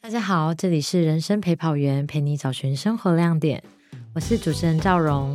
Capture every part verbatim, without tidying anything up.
大家好，这里是人生陪跑员，陪你找寻生活亮点，我是主持人赵荣。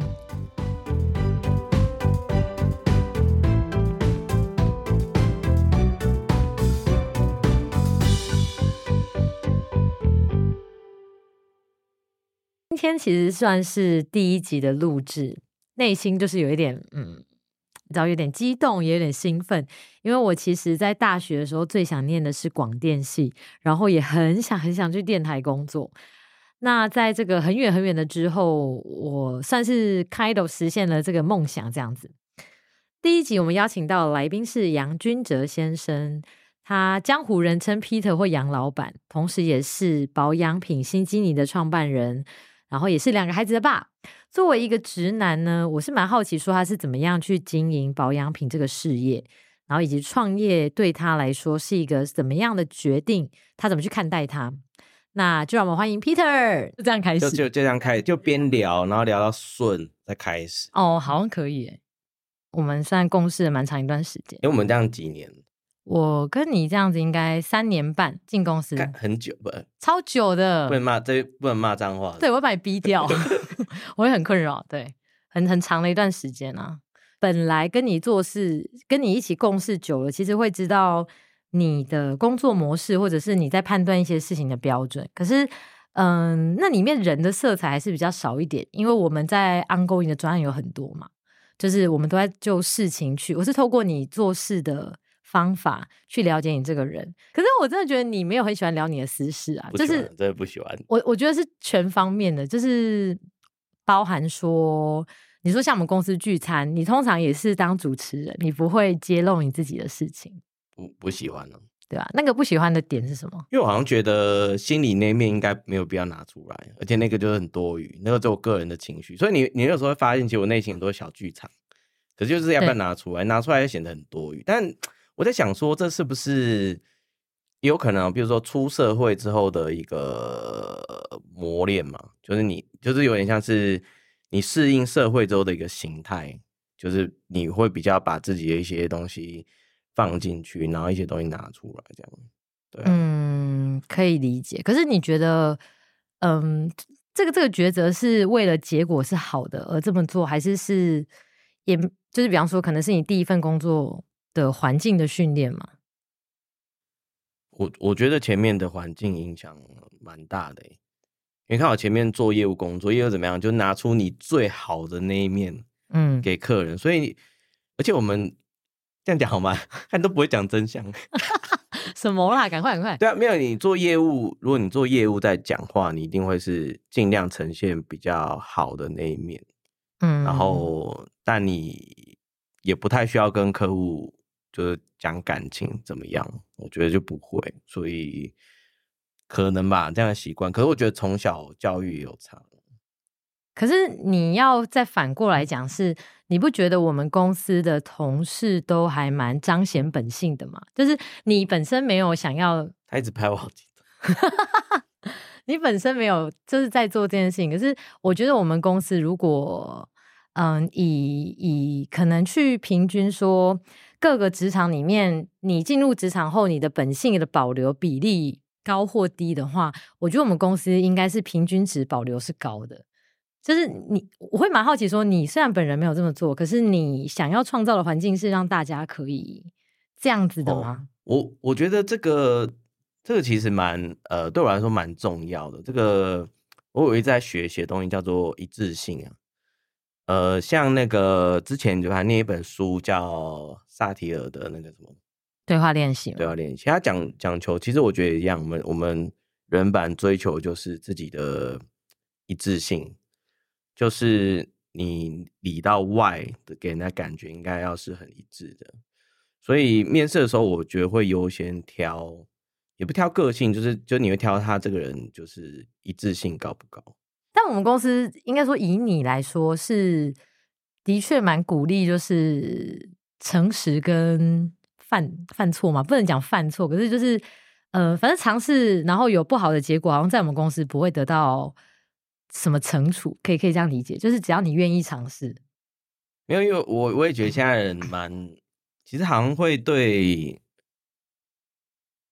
今天其实算是第一集的录制，内心就是有一点嗯，你知道有点激动，也有点兴奋，因为我其实在大学的时候最想念的是广电系，然后也很想很想去电台工作。那在这个很远很远的之后，我算是 kind of 实现了这个梦想这样子。第一集我们邀请到的来宾是杨君哲先生，他江湖人称 Peter 或杨老板，同时也是保养品新基尼的创办人，然后也是两个孩子的爸。作为一个直男呢，我是蛮好奇说他是怎么样去经营保养品这个事业，然后以及创业对他来说是一个怎么样的决定，他怎么去看待它。那就让我们欢迎 Peter， 就这样开始， 就就就这样开始，就边聊，然后聊到顺再开始。 哦，好像可以耶。我们算共事了蛮长一段时间， 因为我们这样几年， 我跟你这样子应该三年半进公司， 很久不？ 超久的， 不能骂，这不能骂脏话。 对，我会把你逼掉，我会很困扰。对，很很长的一段时间啊。本来跟你做事，跟你一起共事久了，其实会知道你的工作模式，或者是你在判断一些事情的标准。可是，嗯，那里面人的色彩还是比较少一点，因为我们在 ongoing 的专案有很多嘛，就是我们都在就事情去，我是透过你做事的方法去了解你这个人。可是我真的觉得你没有很喜欢聊你的私事啊，就是真的不喜欢。 我我觉得是全方面的，就是包含说，你说像我们公司聚餐，你通常也是当主持人，你不会揭露你自己的事情， 不不喜欢了， 对吧？那个不喜欢的点是什么？ 因为我好像觉得心里那面应该没有必要拿出来，而且那个就是很多余，那个只有我个人的情绪，所以你你有时候会发现，其实我内心很多小剧场，可是就是要不要拿出来，拿出来就显得很多余。但我在想说，这是不是有可能，比如说出社会之后的一个磨练嘛？就是你就是有点像是你适应社会之后的一个形态，就是你会比较把自己的一些东西放进去，然后一些东西拿出来，这样。对啊， 嗯，可以理解。可是你觉得，嗯，这个这个抉择是为了结果是好的而这么做，还是是也就是比方说，可能是你第一份工作的环境的训练嘛？ 我我觉得前面的环境影响蛮大的欸。你看我前面做业务工作，业务怎么样，就拿出你最好的那一面，嗯，给客人。所以，而且我们这样讲好吗？看都不会讲真相。 什么啦？赶快赶快！ 对啊，没有你做业务，如果你做业务在讲话，你一定会是尽量呈现比较好的那一面，嗯，然后但你也不太需要跟客户就是讲感情怎么样，我觉得就不会，所以可能吧这样的习惯。可是我觉得从小教育也有差。 可是你要再反过来讲，是你不觉得我们公司的同事都还蛮彰显本性的吗？就是你本身没有想要， 他一直拍我好记得你本身没有就是在做这件事情。可是我觉得我们公司如果嗯以以可能去平均说各个职场里面，你进入职场后你的本性的保留比例高或低的话，我觉得我们公司应该是平均值保留是高的。就是你，我会蛮好奇说，你虽然本人没有这么做，可是你想要创造的环境是让大家可以这样子的吗？ 哦、我我觉得这个这个其实蛮呃，对我来说蛮重要的。这个我有一直在学习的东西叫做一致性啊。呃，像那个之前就还念一本书叫萨提尔的那个什么对话练习， 对话练习，他讲讲求，其实我觉得一样，我们我们人版追求就是自己的一致性。就是你里到外的给人家感觉应该要是很一致的，所以面试的时候我觉得会优先挑，也不挑个性，就是就你会挑他这个人就是一致性高不高。 但我们公司应该说以你来说是的确蛮鼓励就是诚实跟犯犯错嘛，不能讲犯错，可是就是呃，反正尝试然后有不好的结果，好像在我们公司不会得到什么惩处，可以可以这样理解，就是只要你愿意尝试。 没有，因为我我也觉得现在人蛮，其实好像会对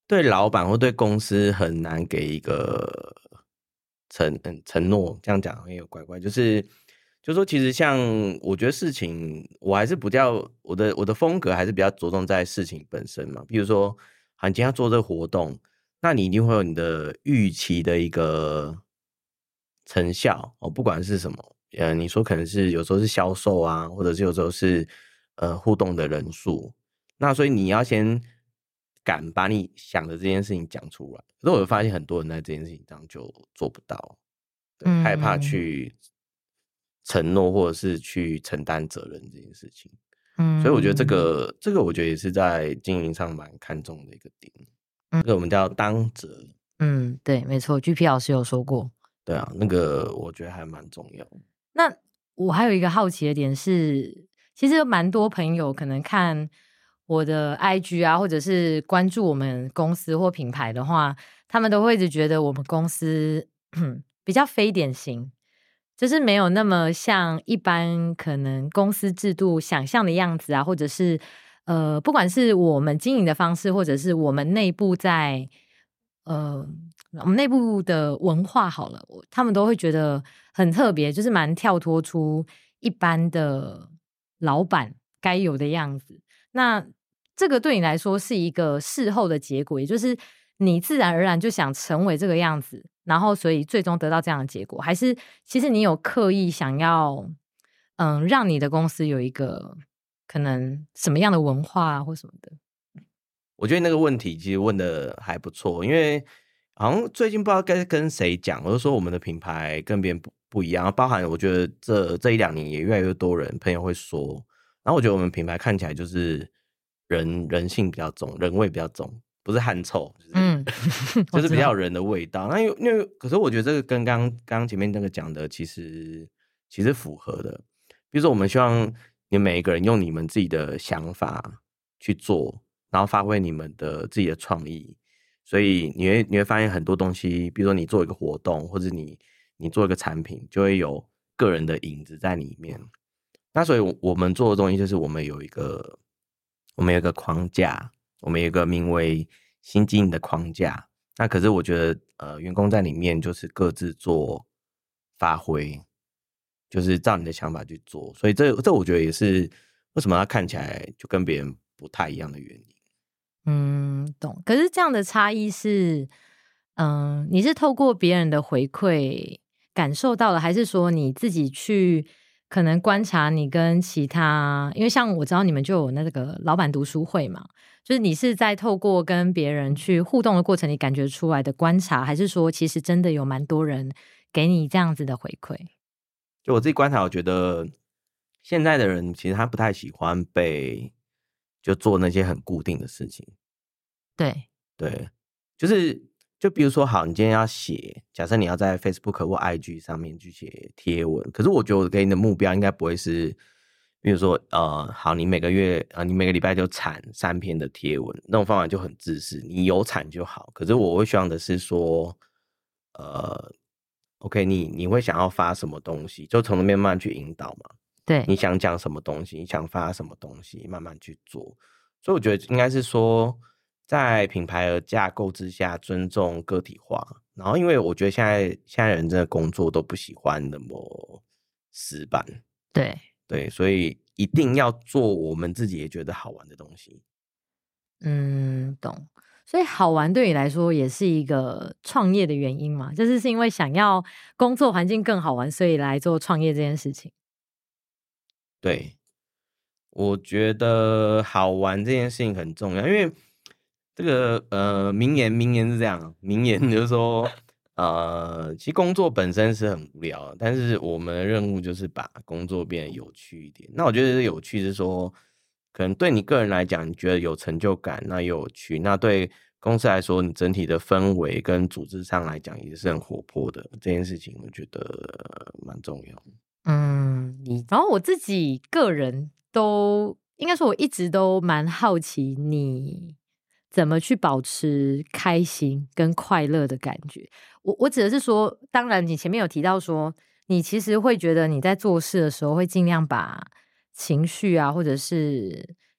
对老板或对公司很难给一个承嗯承诺，这样讲很有怪怪，就是就说其实像我觉得事情，我还是比较我的我的风格还是比较着重在事情本身嘛。比如说，好，你今天要做这个活动，那你一定会有你的预期的一个成效哦，不管是什么，呃，你说可能是有时候是销售啊，或者是有时候是呃互动的人数，那所以你要先敢把你想的这件事情讲出来。可是我有发现很多人在这件事情上就做不到，对，害怕嗯去承诺或者是去承担责任这件事情。所以我觉得这嗯个这个我觉得也是在经营上蛮看重的一个点，这个我们叫当责。 嗯，对，没错，G P 老师有说过。 对啊，那个我觉得还蛮重要的。 那我还有一个好奇的点是，其实有蛮多朋友可能看我的 I G 啊，或者是关注我们公司或品牌的话，他们都会一直觉得我们公司比较非典型，就是没有那么像一般可能公司制度想象的样子啊，或者是呃，不管是我们经营的方式，或者是我们内部在呃，我们内部的文化好了，我他们都会觉得很特别，就是蛮跳脱出一般的老板该有的样子。那这个对你来说是一个事后的结果，也就是你自然而然就想成为这个样子，然后所以最终得到这样的结果，还是其实你有刻意想要，嗯，让你的公司有一个可能什么样的文化啊，或什么的？ 我觉得那个问题其实问的还不错，因为好像最近不知道该跟谁讲，我就说我们的品牌跟别人不不一样，包含我觉得这这一两年也越来越多人朋友会说，然后我觉得我们品牌看起来就是人人性比较重，人味比较重，不是汗臭，就是、 嗯就是比较有我知道。 人的味道。那因为因为可是我觉得这个跟刚刚刚前面那个讲的其实其实符合的，比如说我们希望你们每一个人用你们自己的想法去做。然后发挥你们的自己的创意，所以你会你会发现很多东西，比如说你做一个活动，或者你你做一个产品，就会有个人的影子在里面。那所以我们做的东西就是我们有一个我们有一个框架，我们有一个名为新经营的框架。那可是我觉得呃，员工在里面就是各自做发挥，就是照你的想法去做。所以这这我觉得也是为什么它看起来就跟别人不太一样的原因。 嗯，懂。可是这样的差异是，嗯，你是透过别人的回馈感受到的，还是说你自己去可能观察你跟其他？因为像我知道你们就有那个老板读书会嘛，就是你是在透过跟别人去互动的过程里感觉出来的观察，还是说其实真的有蛮多人给你这样子的回馈？ 就我自己观察，我觉得现在的人其实他不太喜欢被就做那些很固定的事情。 对， 对，就是就比如说，好，你今天要写，假设你要在 Facebook 或 I G 上面去写贴文，可是我觉得我给你的目标应该不会是，比如说，呃，好，你每个月呃，你每个礼拜就产三篇的贴文，那种方法就很自私，你有产就好。可是我会希望的是说，呃，OK，你你会想要发什么东西，就从那边慢慢去引导嘛。 对， 你想讲什么东西，你想发什么东西，慢慢去做。所以我觉得应该是说，在品牌的架构之下，尊重个体化。然后，因为我觉得现在现在人真的工作都不喜欢那么死板， 对。 对，所以一定要做我们自己也觉得好玩的东西。 嗯，懂。所以好玩对你来说也是一个创业的原因嘛？就是是因为想要工作环境更好玩，所以来做创业这件事情。 对，我觉得好玩这件事情很重要，因为这个呃名言名言是这样，名言就是说，呃，其实工作本身是很无聊，但是我们的任务就是把工作变得有趣一点。那我觉得有趣是说，可能对你个人来讲，你觉得有成就感，那又有趣；那对公司来说，你整体的氛围跟组织上来讲也是很活泼的。这件事情我觉得蛮重要的。 嗯，你然后我自己个人都应该说，我一直都蛮好奇你怎么去保持开心跟快乐的感觉。我我指的是说，当然你前面有提到说，你其实会觉得你在做事的时候会尽量把情绪啊，或者是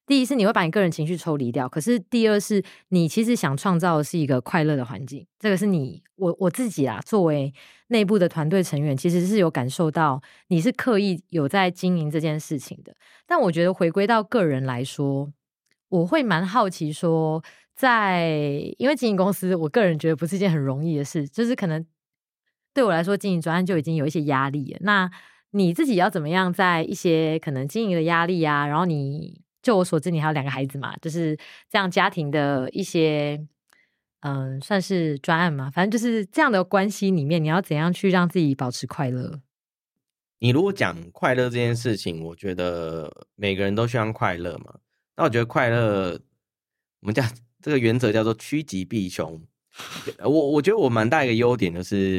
第一是你会把你个人情绪抽离掉，可是第二是你其实想创造的是一个快乐的环境，这个是你我我自己啊，作为内部的团队成员，其实是有感受到你是刻意有在经营这件事情的。但我觉得回归到个人来说，我会蛮好奇说，在因为经营公司，我个人觉得不是一件很容易的事，就是可能对我来说，经营专案就已经有一些压力了。那你自己要怎么样在一些可能经营的压力啊，然后你就我所知，你还有两个孩子嘛，就是这样家庭的一些，嗯、算是专案嘛，反正就是这样的关系里面，你要怎样去让自己保持快乐？ 你如果讲快乐这件事情，我觉得每个人都希望快乐嘛。那我觉得快乐，我们讲这个原则叫做趋吉避凶。我我觉得我蛮大一个优点就是，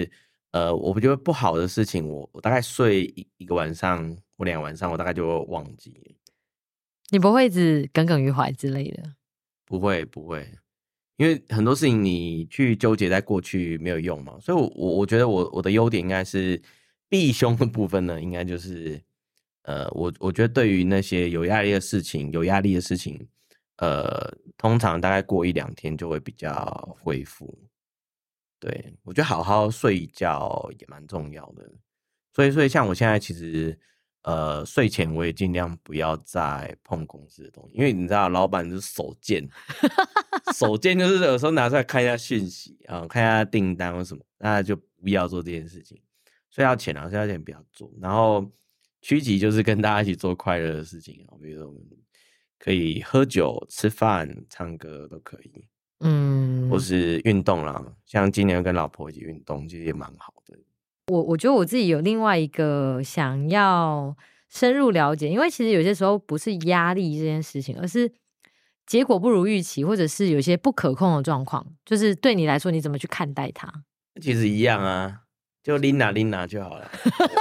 呃，我觉得不好的事情我，我大概睡一一个晚上或两个晚上，我大概就会忘记了。 你不会一直耿耿于怀之类的？ 不会不会，因为很多事情你去纠结在过去没有用嘛，所以我，我我觉得我我的优点应该是避凶的部分呢，应该就是呃，我我觉得对于那些有压力的事情，有压力的事情，呃，通常大概过一两天就会比较恢复。对，我觉得好好睡一觉也蛮重要的，所以所以像我现在其实。呃，睡前我也尽量不要再碰公司的东西，因为你知道，老板就是手贱，手贱就是有时候拿出来看一下讯息啊、呃，看一下订单或什么，那就不要做这件事情。睡觉前啊，睡觉前不要做。然后趋吉就是跟大家一起做快乐的事情，比如说我们可以喝酒、吃饭、唱歌都可以，嗯，或是运动啦，像今年跟老婆一起运动，其实也蛮好的。 我我觉得我自己有另外一个想要深入了解，因为其实有些时候不是压力这件事情，而是结果不如预期，或者是有些不可控的状况，就是对你来说你怎么去看待它？ 其实一样啊，就拎拿拎拿就好了。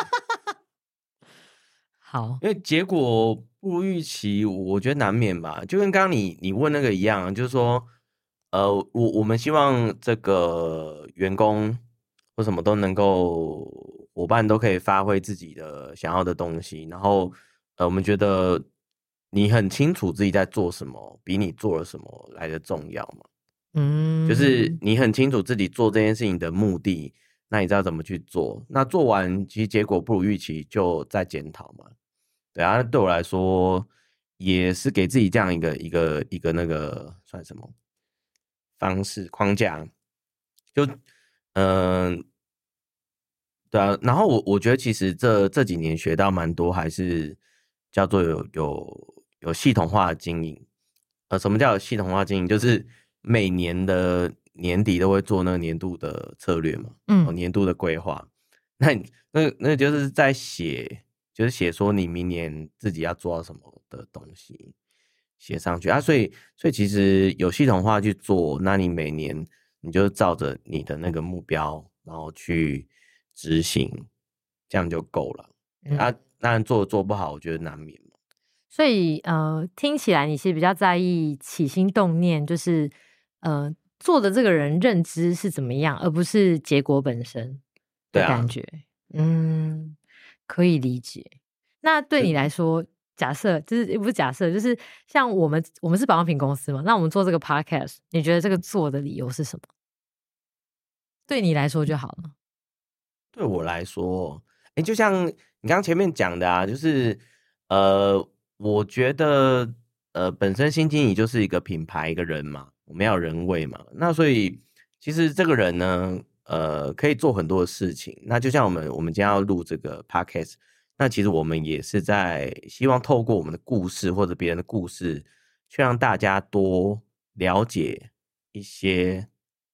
好， 因为结果不如预期，我觉得难免吧。就跟刚刚你你问那个一样，就是说，呃，我我们希望这个员工或什么都能够，伙伴都可以发挥自己的想要的东西。然后，呃，我们觉得你很清楚自己在做什么，比你做了什么来的重要嘛。嗯，就是你很清楚自己做这件事情的目的，那你知道怎么去做。那做完其实结果不如预期，就再检讨嘛。对啊，对我来说也是给自己这样一个一个一个那个算什么方式框架，就嗯、呃，对啊。然后我我觉得其实这这几年学到蛮多，还是叫做有有有系统化的经营。呃，什么叫有系统化经营？就是每年的年底都会做那个年度的策略嘛，嗯，哦，年度的规划。那你那那就是在写。就是写说你明年自己要做到什么的东西，写上去啊。所以，所以其实有系统化去做，那你每年你就照着你的那个目标，然后去执行，这样就够了。嗯、啊，当然做做不好，我觉得难免嘛。 所以呃，听起来你是比较在意起心动念，就是呃做的这个人认知是怎么样，而不是结果本身的感觉。啊、嗯。可以理解。那对你来说，假设就是不是假设，就是像我们我们是保养品公司嘛，那我们做这个 podcast， 你觉得这个做的理由是什么？对你来说就好了。 对我来说，哎，就像你刚刚前面讲的啊，就是呃，我觉得呃，本身新经理就是一个品牌一个人嘛，我们要有人味嘛，那所以其实这个人呢。呃，可以做很多的事情。那就像我们，我们今天要录这个 podcast， 那其实我们也是在希望透过我们的故事或者别人的故事，去让大家多了解一些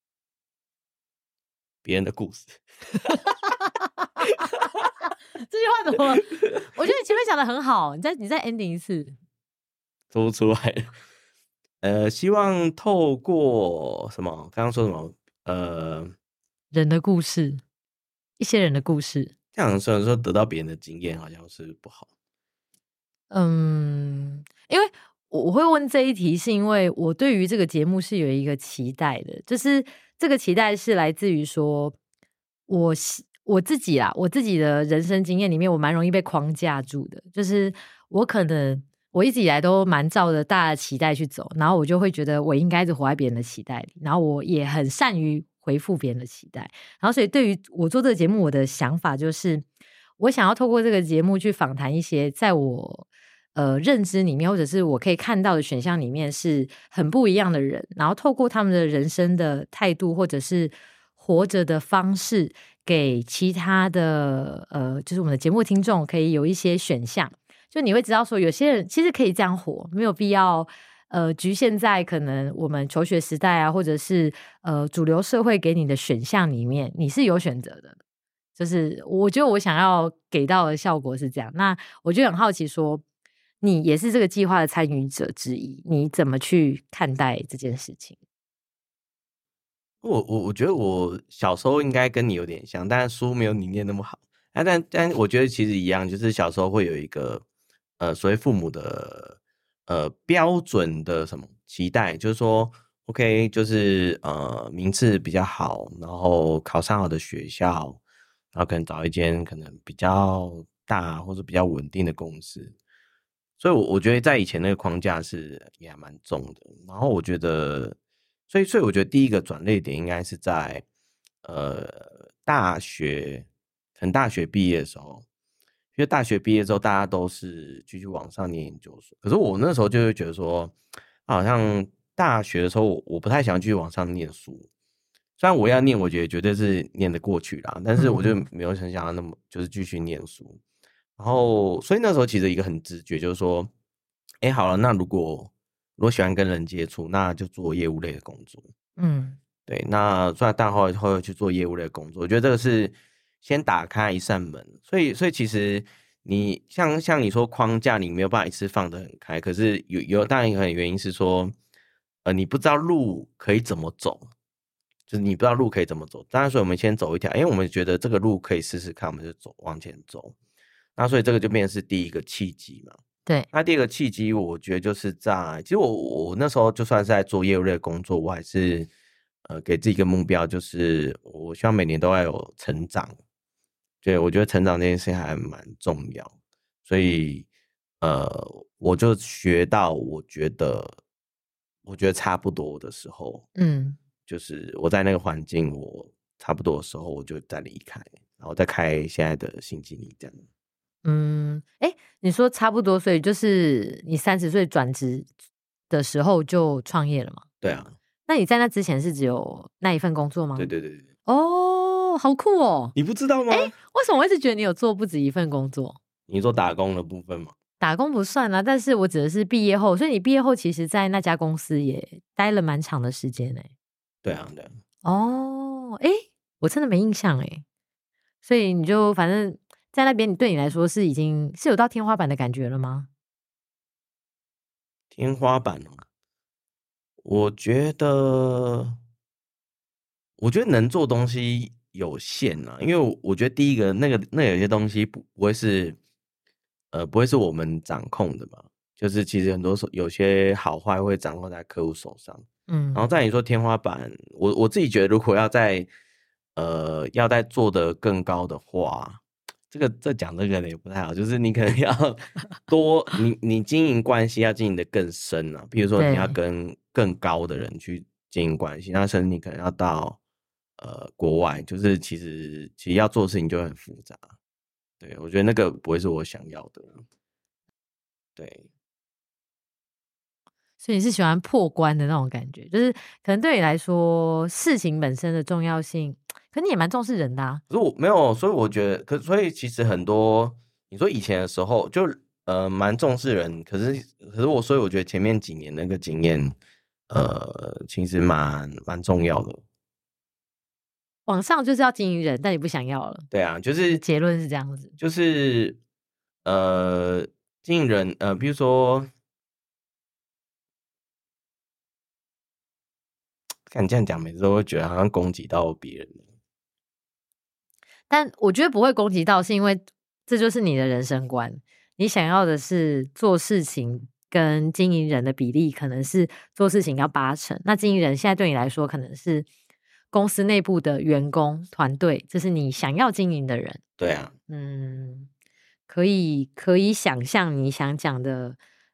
别人的故事。 这句话怎么？我觉得你前面讲的很好，你再你再 ending 一次， 说不出来。呃，希望透过什么？刚刚说什么？呃。 人的故事，一些人的故事， 这样虽然说得到别人的经验好像是不好。 嗯，因为我会问这一题，是因为我对于这个节目是有一个期待的，就是这个期待是来自于说，我我自己啦，我自己的人生经验里面，我蛮容易被框架住的，就是我可能我一直以来都蛮照着大家的期待去走，然后我就会觉得我应该是活在别人的期待里，然后我也很善于回复别人的期待，然后所以对于我做这个节目，我的想法就是我想要透过这个节目去访谈一些在我呃认知里面或者是我可以看到的选项里面是很不一样的人，然后透过他们的人生的态度或者是活着的方式，给其他的呃就是我们的节目听众可以有一些选项，就你会知道说有些人其实可以这样活，没有必要呃局限在可能我们求学时代啊，或者是呃主流社会给你的选项里面，你是有选择的。就是我觉得我想要给到的效果是这样，那我就很好奇说你也是这个计划的参与者之一，你怎么去看待这件事情？ 我我我觉得我小时候应该跟你有点像，但是书没有你念那么好。啊、但但我觉得其实一样，就是小时候会有一个呃所谓父母的呃标准的什么期待，就是说 OK， 就是呃名次比较好，然后考上好的学校，然后可能找一间可能比较大或者比较稳定的公司。所以我，我觉得在以前那个框架是也还蛮重的。然后我觉得，所以，所以我觉得第一个转捩点应该是在呃大学，可能大学毕业的时候，因为大学毕业之后大家都是继续往上念研究所。可是我那时候就会觉得说，好像大学的时候我我不太想继续往上念书。虽然我要念，我觉得绝对是念得过去啦，但是我就没有很想要那么就是继续念书。然后，所以那时候其实一个很直觉就是说，哎，好了，那如果如果喜欢跟人接触，那就做业务类的工作。 嗯， 对，那虽然但后来后来去做业务类的工作，我觉得这个是先打开一扇门。所以，所以其实你像像你说框架，你没有办法一次放得很开，可是有有当然一个原因是说，呃，你不知道路可以怎么走。就是你不知道路可以怎么走，当然，所以我们先走一条，因为我们觉得这个路可以试试看，我们就走往前走。那所以这个就变成是第一个契机嘛。 对， 那第二个契机，我觉得就是在，其实我我那时候就算是在做业务类的工作，我还是呃给自己一个目标，就是我希望每年都要有成长。对，我觉得成长这件事情还蛮重要，所以呃我就学到我觉得我觉得差不多的时候， 嗯， 就是我在那个环境我差不多的时候，我就再离开，然后再开现在的新经历这样。 嗯，哎，你说差不多，所以就是你三十岁转职的时候就创业了吗？ 对啊， 那你在那之前是只有那一份工作吗？ 对对对对， 哦，好酷哦！ 你不知道吗？ 为什么我一直觉得你有做不止一份工作？ 你做打工的部分吗？ 打工不算啦，但是我指的是毕业后，所以你毕业后其实在那家公司也待了蛮长的时间诶。 对啊，对啊。 哦，诶，我真的没印象诶。所以你就反正在那边，你对你来说是已经是有到天花板的感觉了吗？ 天花板哦，我觉得，我觉得能做东西有限啊，因为我我觉得第一个那个那有些东西不不会是，呃，不会是我们掌控的嘛，就是其实很多时候有些好坏会掌握在客户手上。然后嗯， 再你说天花板，我我自己觉得如果要在呃要在做的更高的话，这个这讲这个也不太好，就是你可能要多你你经营关系要经营的更深啊，比如说你要对， 跟更高的人去经营关系，那甚至你可能要到呃国外，就是其实其实要做的事情就很复杂。对，我觉得那个不会是我想要的。对， 所以你是喜欢破关的那种感觉，就是可能对你来说事情本身的重要性，可你也蛮重视人的啊。 可是我没有，所以我觉得，可所以其实很多你说以前的时候就呃蛮重视人，可是可是我所以我觉得前面几年那个经验，呃，其实蛮蛮重要的。 往上就是要经营人，但你不想要了， 对啊，就是结论是这样子。 就是呃，经营人呃，比如说，看你这样讲，每次都会觉得好像攻击到别人。 但我觉得不会攻击到，是因为这就是你的人生观。你想要的是做事情跟经营人的比例，可能是做事情要八成。那经营人现在对你来说，可能是公司内部的员工团队，这是你想要经营的人。 对啊， 嗯，可以可以想象你想讲的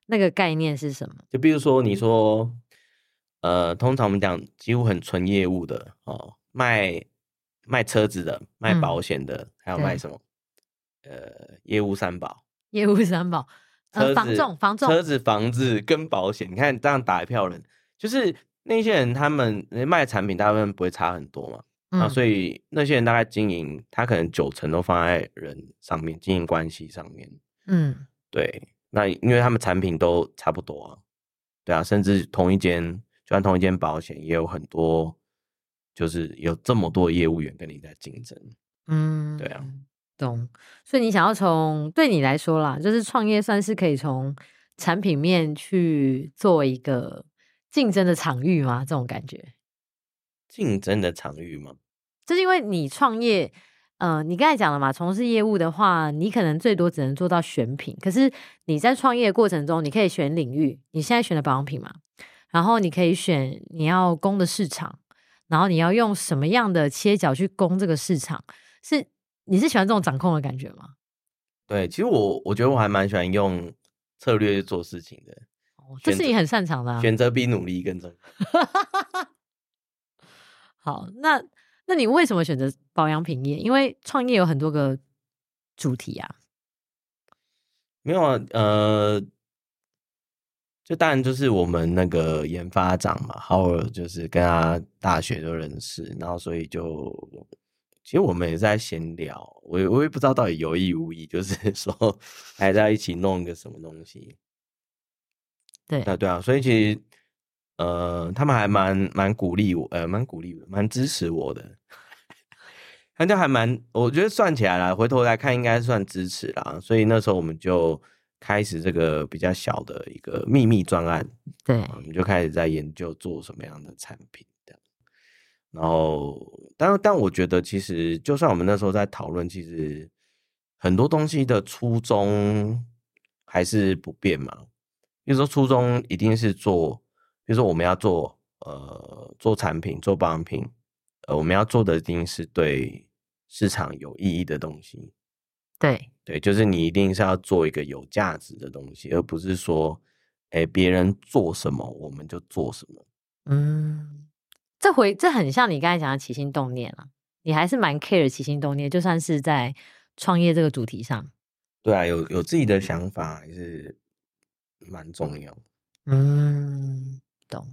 那个概念是什么？ 就比如说你说，呃，通常我们讲几乎很纯业务的哦，卖卖车子的，卖保险的，嗯、还有卖什么？呃，业务三宝。 业务三宝，呃，房仲，房仲， 车子、房子跟保险，你看这样打一票人，就是那些人他们卖的产品大部分不会差很多嘛，嗯、啊，所以那些人大概经营，他可能九成都放在人上面，经营关系上面，嗯，对，那因为他们产品都差不多啊，对啊，甚至同一间，就算同一间保险，也有很多，就是有这么多业务员跟你在竞争，嗯，对啊。 懂，所以你想要从对你来说啦，就是创业算是可以从产品面去做一个竞争的场域吗？这种感觉？ 竞争的场域吗？ 就是因为你创业，呃，你刚才讲了嘛，从事业务的话，你可能最多只能做到选品，可是你在创业的过程中，你可以选领域，你现在选的保养品嘛，然后你可以选你要攻的市场，然后你要用什么样的切角去攻这个市场，是。你是喜欢这种掌控的感觉吗？ 对，其实我我觉得我还蛮喜欢用策略去做事情的， 哦、这是你很擅长的、啊。 选择比努力更重要。 好，那那你为什么选择保养品业？因为创业有很多个主题啊。 没有啊，呃，就当然就是我们那个研发长嘛，浩尔就是跟他大学就认识，然后所以就。其实我们也在闲聊，我我也不知道到底有意无意，就是说还在一起弄一个什么东西。 对， 那对啊，所以其实呃，他们还蛮蛮鼓励我，呃，蛮鼓励我，蛮支持我的。他就还蛮，我觉得算起来啦，回头来看应该算支持啦。所以那时候我们就开始这个比较小的一个秘密专案， 对， 我们就开始在研究做什么样的产品。然后，但但我觉得，其实就算我们那时候在讨论，其实很多东西的初衷还是不变嘛。比如说，初衷一定是做，比如说我们要做呃做产品、做保养品，呃，我们要做的一定是对市场有意义的东西。 对对，就是你一定是要做一个有价值的东西，而不是说，哎，别人做什么我们就做什么。 嗯。这回这很像你刚才讲的起心动念啊，你还是蛮 care 起心动念，就算是在创业这个主题上。 对啊，有有自己的想法还是蛮重要的。 嗯，懂。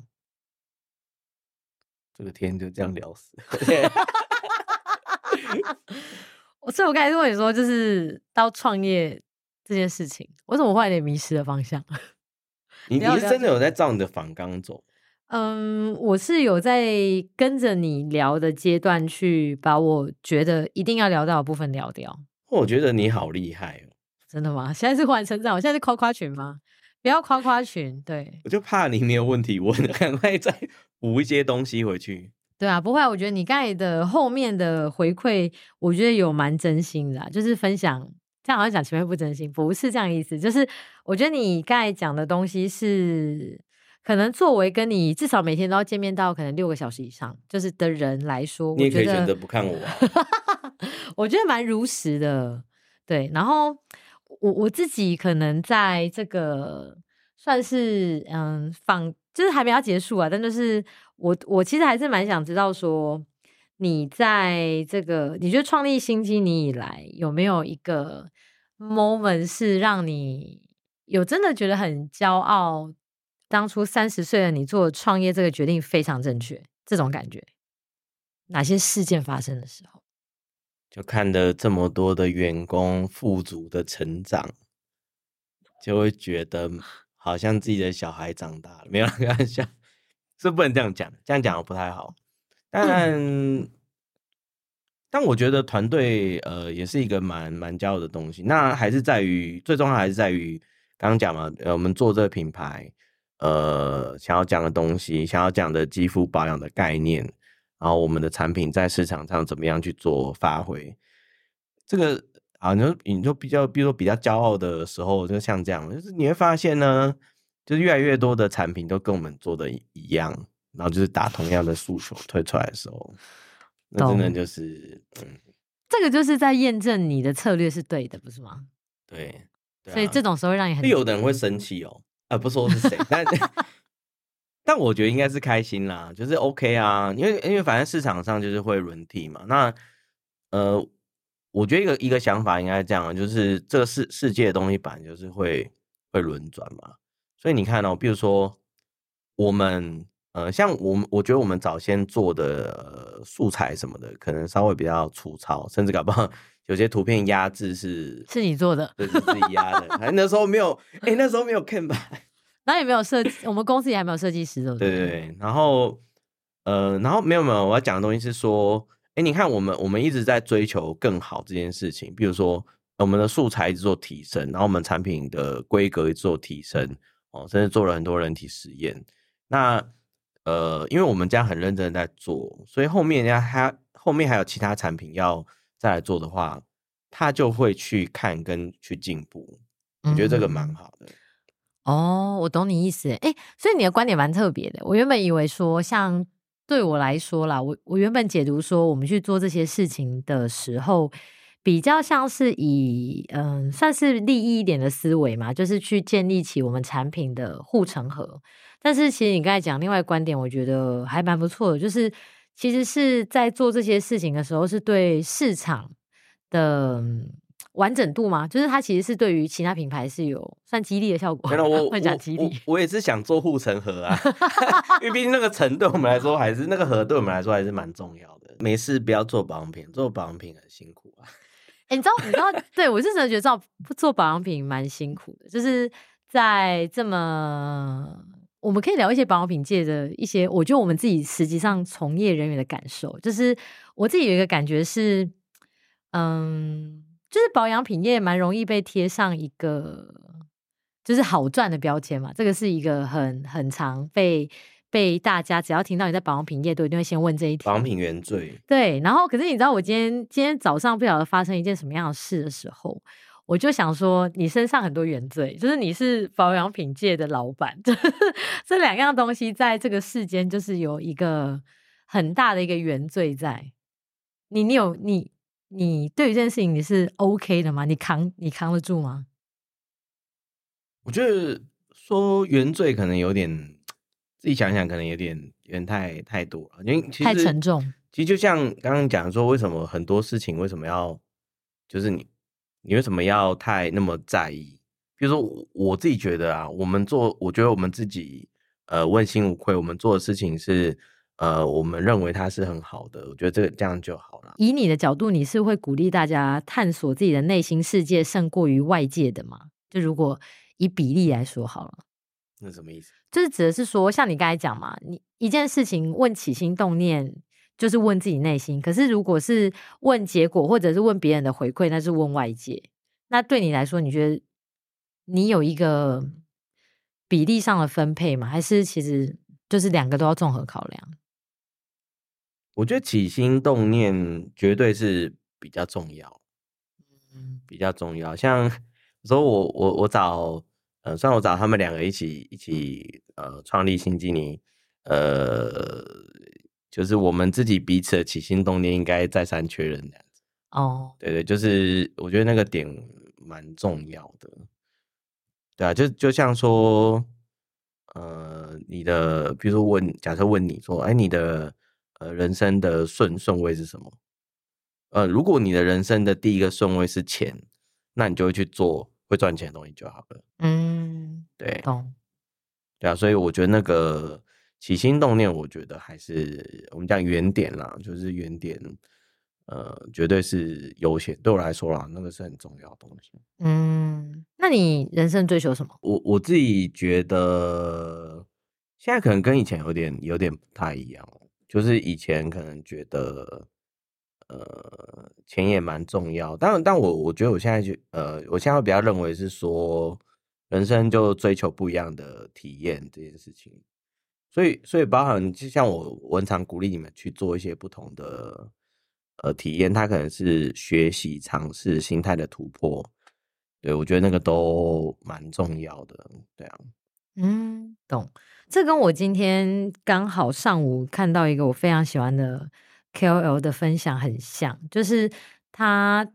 这个天就这样聊死。 所以我刚才问你说，就是到创业这件事情，我怎么会有点迷失的方向？ 你你是真的有在照你的访纲走？ 嗯，我是有在跟着你聊的阶段去把我觉得一定要聊到的部分聊掉。 我觉得你好厉害哦！ 真的吗？现在是忽然成长，我现在是夸夸群吗？不要夸夸群，对。 我就怕你没有问题问，赶快再补一些东西回去。 对啊，不会啊，我觉得你刚才的后面的回馈，我觉得有蛮真心的、啊，就是分享。这样好像讲前面不真心，不是这样意思，就是我觉得你刚才讲的东西是。可能作为跟你至少每天都要见面到可能六个小时以上，就是的人来说， 你也可以选择不看我、啊。 我觉得蛮如实的，对。然后我我自己可能在这个算是嗯访，就是还没要结束啊，但就是我我其实还是蛮想知道说，你在这个你觉得创立新基你以来有没有一个 moment 是让你有真的觉得很骄傲？当初三十岁的你做创业这个决定非常正确，这种感觉，哪些事件发生的时候， 就看了这么多的员工富足的成长，就会觉得好像自己的小孩长大了。没有开玩笑，是不能这样讲，这样讲不太好。但、嗯、但我觉得团队呃也是一个蛮蛮骄傲的东西。那还是在于最重要还是在于刚刚讲嘛，呃，我们做这个品牌。呃，想要讲的东西，想要讲的肌肤保养的概念，然后我们的产品在市场上怎么样去做发挥，这个啊，你就你就比较，比如说比较骄傲的时候，就像这样，就是你会发现呢，就是越来越多的产品都跟我们做的一样，然后就是打同样的诉求推出来的时候，那真的就是，嗯， 这个就是在验证你的策略是对的，不是吗？ 对，对啊、 所以这种时候会让你很， 有的人会生气哦。 呃，不说是谁，但但我觉得应该是开心啦，就是 OK 啊，因为因为反正市场上就是会轮替嘛。那呃，我觉得一个一个想法应该是这样，就是这个世世界的东西本来就是会会轮转嘛。所以你看哦，比如说我们呃，像我们我觉得我们早先做的、呃、素材什么的，可能稍微比较粗糙，甚至搞不好有些图片压制是是你做的， 对，是自己压的。还那时候没有，哎、欸，那时候没有 Can 吧？ 然后也没有设计，我们公司也还没有设计师，对不对？ 对对对，然后呃，然后没有没有，我要讲的东西是说，哎，你看我们我们一直在追求更好这件事情，比如说我们的素材一直做提升，然后我们产品的规格一直做提升，哦，甚至做了很多人体实验。那呃，因为我们这样很认真的在做，所以后面人家还后面还有其他产品要再来做的话，他就会去看跟去进步。我觉得这个蛮好的。 哦，我懂你意思。哎，所以你的观点蛮特别的。我原本以为说，像对我来说啦，我我原本解读说，我们去做这些事情的时候，比较像是以嗯，算是利益一点的思维嘛，就是去建立起我们产品的护城河。但是其实你刚才讲另外观点，我觉得还蛮不错的，就是其实是在做这些事情的时候，是对市场的完整度吗？就是它其实是对于其他品牌是有算激励的效果。 没有，我会讲激励我，我也是想做护城河啊，因为毕竟那个层对我们来说还是那个河对我们来说还是蛮重要的。没事，不要做保养品，做保养品很辛苦啊。 哎、欸，你知道，你知道，对我是真的觉得做做保养品蛮辛苦的，就是在这么。我们可以聊一些保养品界的一些，我觉得我们自己实际上从业人员的感受，就是我自己有一个感觉是，嗯，就是保养品业蛮容易被贴上一个就是好赚的标签嘛，这个是一个很很常被被大家只要听到你在保养品业都一定会先问这一题。 保养品原罪， 对，然后可是你知道我今天今天早上不晓得发生一件什么样的事的时候。我就想说，你身上很多原罪，就是你是保养品界的老板，这两样东西在这个世间就是有一个很大的一个原罪在。你你有你你对于这件事情你是 OK 的吗？你扛你扛得住吗？ 我觉得说原罪可能有点，自己想想可能有点有点太太多了，因为其实太沉重。 其实就像刚刚讲说，为什么很多事情为什么要就是你。你为什么要太那么在意？比如说我，我自己觉得啊，我们做，我觉得我们自己呃问心无愧，我们做的事情是呃我们认为它是很好的，我觉得这个这样就好了。 以你的角度，你是会鼓励大家探索自己的内心世界胜过于外界的吗？就如果以比例来说好了， 那什么意思？ 就是指的是说，像你刚才讲嘛，你一件事情问起心动念。就是问自己内心，可是如果是问结果或者是问别人的回馈，那是问外界。那对你来说，你觉得你有一个比例上的分配吗？还是其实就是两个都要综合考量？ 我觉得起心动念绝对是比较重要，嗯，比较重要。像说我我我找呃，虽然我找他们两个一起一起呃创立新基尼，呃。就是我们自己彼此的起心动念应该再三确认这样子。 哦， 对对，就是我觉得那个点蛮重要的。对啊，就就像说，呃，你的，比如说问，假设问你说，哎，你的呃人生的顺顺位是什么？呃，如果你的人生的第一个顺位是钱，那你就会去做会赚钱的东西就好了。 嗯， 对， 懂。 对啊，所以我觉得那个。起心动念，我觉得还是我们讲原点啦，就是原点，呃，绝对是优先。对我来说啦，那个是很重要的东西。 嗯，那你人生追求什么？ 我我自己觉得，现在可能跟以前有点有点不太一样，就是以前可能觉得，呃，钱也蛮重要，但但我我觉得我现在就，呃，我现在会比较认为是说，人生就追求不一样的体验这件事情。所以，所以包含就像我，我很常鼓励你们去做一些不同的呃体验，它可能是学习、尝试、心态的突破。对，我觉得那个都蛮重要的。对啊， 嗯，懂。这跟我今天刚好上午看到一个我非常喜欢的 K O L 的分享很像，就是他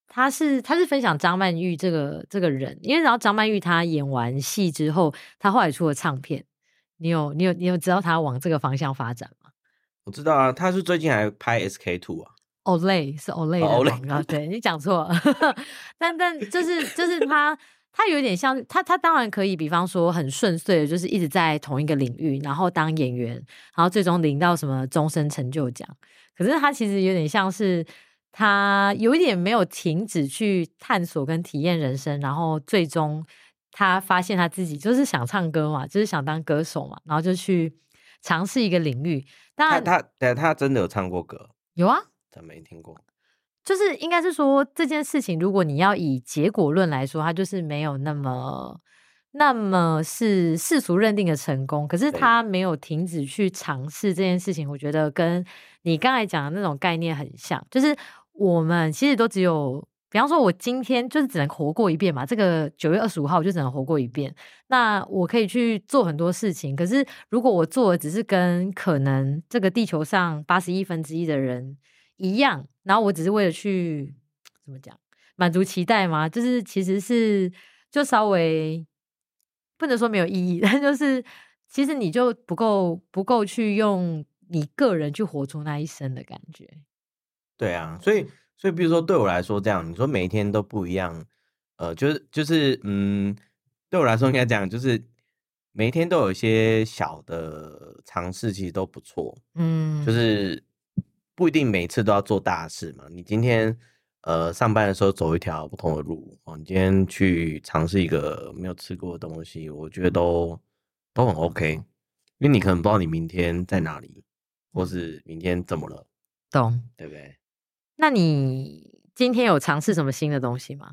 他是他是分享张曼玉这个这个人，因为然后张曼玉她演完戏之后，她后来出了唱片，你有你有你有知道她往这个方向发展吗？ 我知道啊，他是最近还拍 S K two 啊。 Olay 是 Olay 的哦广告，对你讲错了，但但就是就是他他有点像他他当然可以，比方说很顺遂的，就是一直在同一个领域，然后当演员，然后最终领到什么终身成就奖。可是他其实有点像是他有一点没有停止去探索跟体验人生，然后最终他发现他自己就是想唱歌嘛，就是想当歌手嘛，然后就去尝试一个领域。当他然他对他真的有唱过歌， 有啊。 咱没听过。 就是应该是说这件事情，如果你要以结果论来说，它就是没有那么那么是世俗认定的成功，可是他没有停止去尝试这件事情，我觉得跟你刚才讲的那种概念很像，就是我们其实都只有，比方说我今天就是只能活过一遍嘛，这个九月二十五号我就只能活过一遍，那我可以去做很多事情，可是如果我做的只是跟可能这个地球上八十亿分之一的人一样，然后我只是为了去怎么讲满足期待嘛，就是其实是就稍微不能说没有意义，但就是其实你就不够不够去用你个人去活出那一生的感觉。 对啊，所以所以比如说对我来说这样，你说每一天都不一样，呃，就是就是嗯，对我来说应该讲就是每一天都有一些小的尝试，其实都不错。 嗯， 就是不一定每次都要做大事嘛。你今天呃上班的时候走一条不同的路哦，你今天去尝试一个没有吃过的东西，我觉得都都很 OK，因为你可能不知道你明天在哪里，或是明天怎么了， 懂。 对不对？ 那你今天有尝试什么新的东西吗？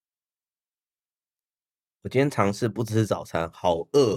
我今天尝试不吃早餐，好饿哦。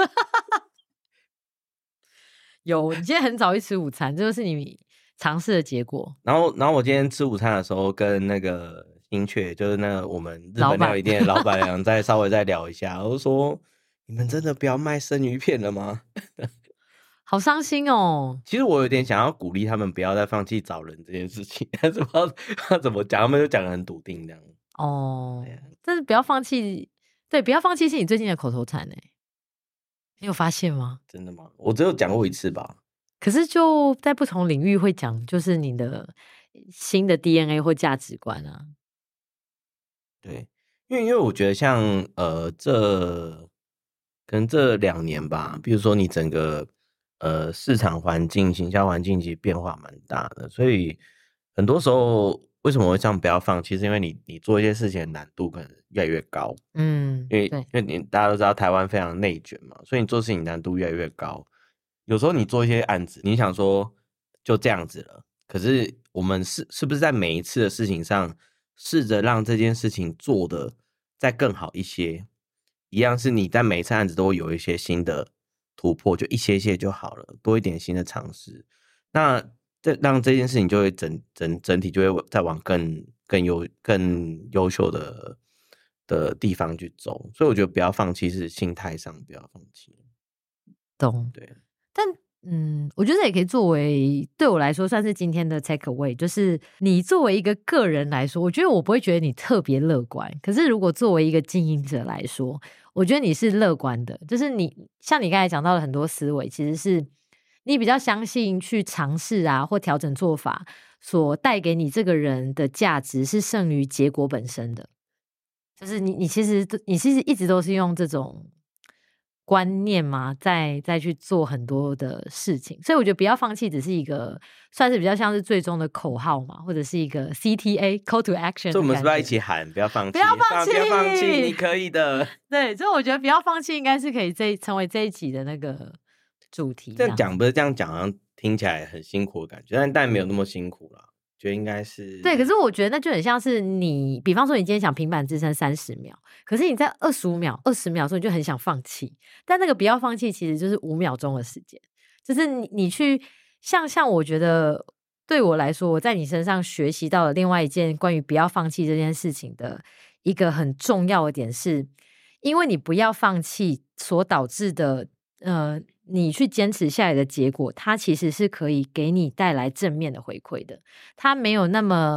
有，你今天很早去吃午餐，这就是你尝试的结果。 然后，然后我今天吃午餐的时候，跟那个新雀，就是那个我们日老板本料理店的老板娘，再稍微再聊一下。我就说：你们真的不要卖生鱼片了吗？ 好伤心哦。 其实我有点想要鼓励他们不要再放弃找人这件事情，但是不知道不知道怎么讲，他们就讲得很笃定这样。 哦对啊， 但是不要放弃，对，不要放弃是你最近的口头禅哎，你有发现吗？ 真的吗？我只有讲过一次吧。 可是就在不同领域会讲，就是你的新的 D N A 或价值观啊。 对，因为因为我觉得像呃这可能这两年吧，比如说你整个呃市场环境、行销环境其实变化蛮大的，所以很多时候为什么会这样不要放弃？是因为你你做一些事情的难度可能越来越高， 嗯， 因为对， 因为你大家都知道台湾非常内卷嘛，所以你做事情难度越来越高。有时候你做一些案子，你想说就这样子了，可是我们是是不是在每一次的事情上，试着让这件事情做的再更好一些？一样是你在每一次案子都会有一些新的突破，就一些些就好了，多一点新的尝试。那这让这件事情就会整整整体就会再往更更优更优秀的的地方去走。所以我觉得不要放弃，是心态上不要放弃。 懂。 对。 但嗯，我觉得也可以作为对我来说算是今天的 take away，就是你作为一个个人来说，我觉得我不会觉得你特别乐观。可是如果作为一个经营者来说，我觉得你是乐观的，就是你像你刚才讲到的很多思维，其实是你比较相信去尝试啊或调整做法所带给你这个人的价值是胜于结果本身的。就是你你其实你其实一直都是用这种观念嘛，再再去做很多的事情，所以我觉得不要放弃，只是一个算是比较像是最终的口号嘛，或者是一个 C T A call to action。 所以我们是不是要一起喊，不要放弃， 不要放弃， 不要放弃，你可以的。 对，所以我觉得不要放弃，应该是可以这成为这一集的那个主题。 这样讲不是这样讲，好像听起来很辛苦的感觉，但但没有那么辛苦啦。觉得应该是对，可是我觉得那就很像是你，比方说你今天想平板支撑三十秒，可是你在二十五秒、二十秒的时候你就很想放弃，但那个不要放弃其实就是五秒钟的时间，就是你你去像像我觉得对我来说，我在你身上学习到了另外一件关于不要放弃这件事情的一个很重要的点是，因为你不要放弃所导致的呃。你去坚持下来的结果，它其实是可以给你带来正面的回馈的。它没有那么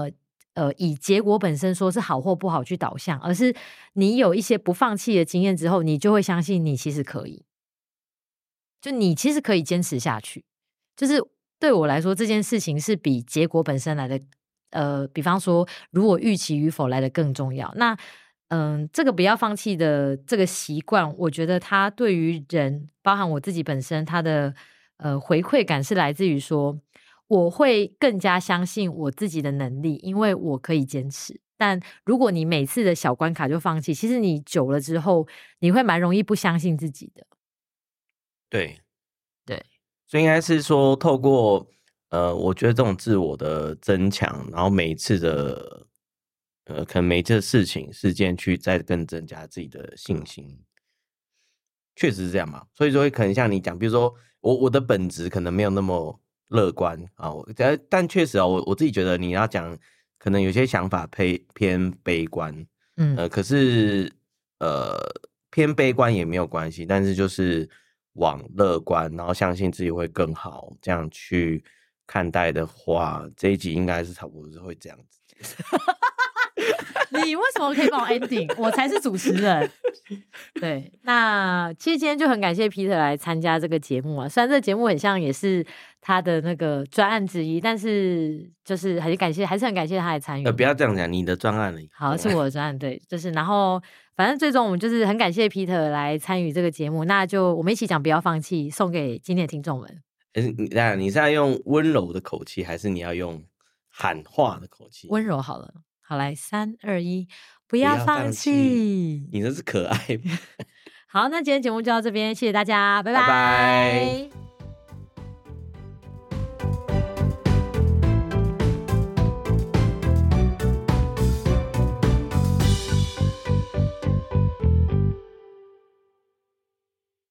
呃以结果本身说是好或不好去导向，而是你有一些不放弃的经验之后，你就会相信你其实可以，就你其实可以坚持下去。就是对我来说，这件事情是比结果本身来的，呃，比方说如我预期与否来的更重要。那嗯，这个不要放弃的这个习惯，我觉得它对于人，包含我自己本身，它的呃回馈感是来自于说，我会更加相信我自己的能力，因为我可以坚持。但如果你每次的小关卡就放弃，其实你久了之后，你会蛮容易不相信自己的。 对对， 所以应该是说透过呃，我觉得这种自我的增强，然后每一次的呃，可能每一次的事情事件去再更增加自己的信心，确实是这样嘛。所以说可能像你讲，比如说我我的本质可能没有那么乐观啊，我但但确实啊、我我自己觉得你要讲，可能有些想法偏偏悲观， 嗯， 呃，可是呃偏悲观也没有关系，但是就是往乐观，然后相信自己会更好，这样去看待的话，这一集应该是差不多是会这样子。 你为什么可以帮我 ending？ 我才是主持人。对，那其实今天就很感谢 Peter 来参加这个节目啊。虽然这个节目很像也是他的那个专案之一，但是就是很感谢，还是很感谢他的参与。 呃，不要这样讲，你的专案而已。 好，是我的专案，对，就是然后反正最终我们就是很感谢 Peter 来参与这个节目，那就我们一起讲不要放弃，送给今天的听众们。 欸、你当然你是要用温柔的口气，还是你要用喊话的口气？ 温柔好了，好来，三二一，不不要放要放弃。 弃，你那是可爱。 好，那今天节目就到这边，谢谢大家，拜拜拜。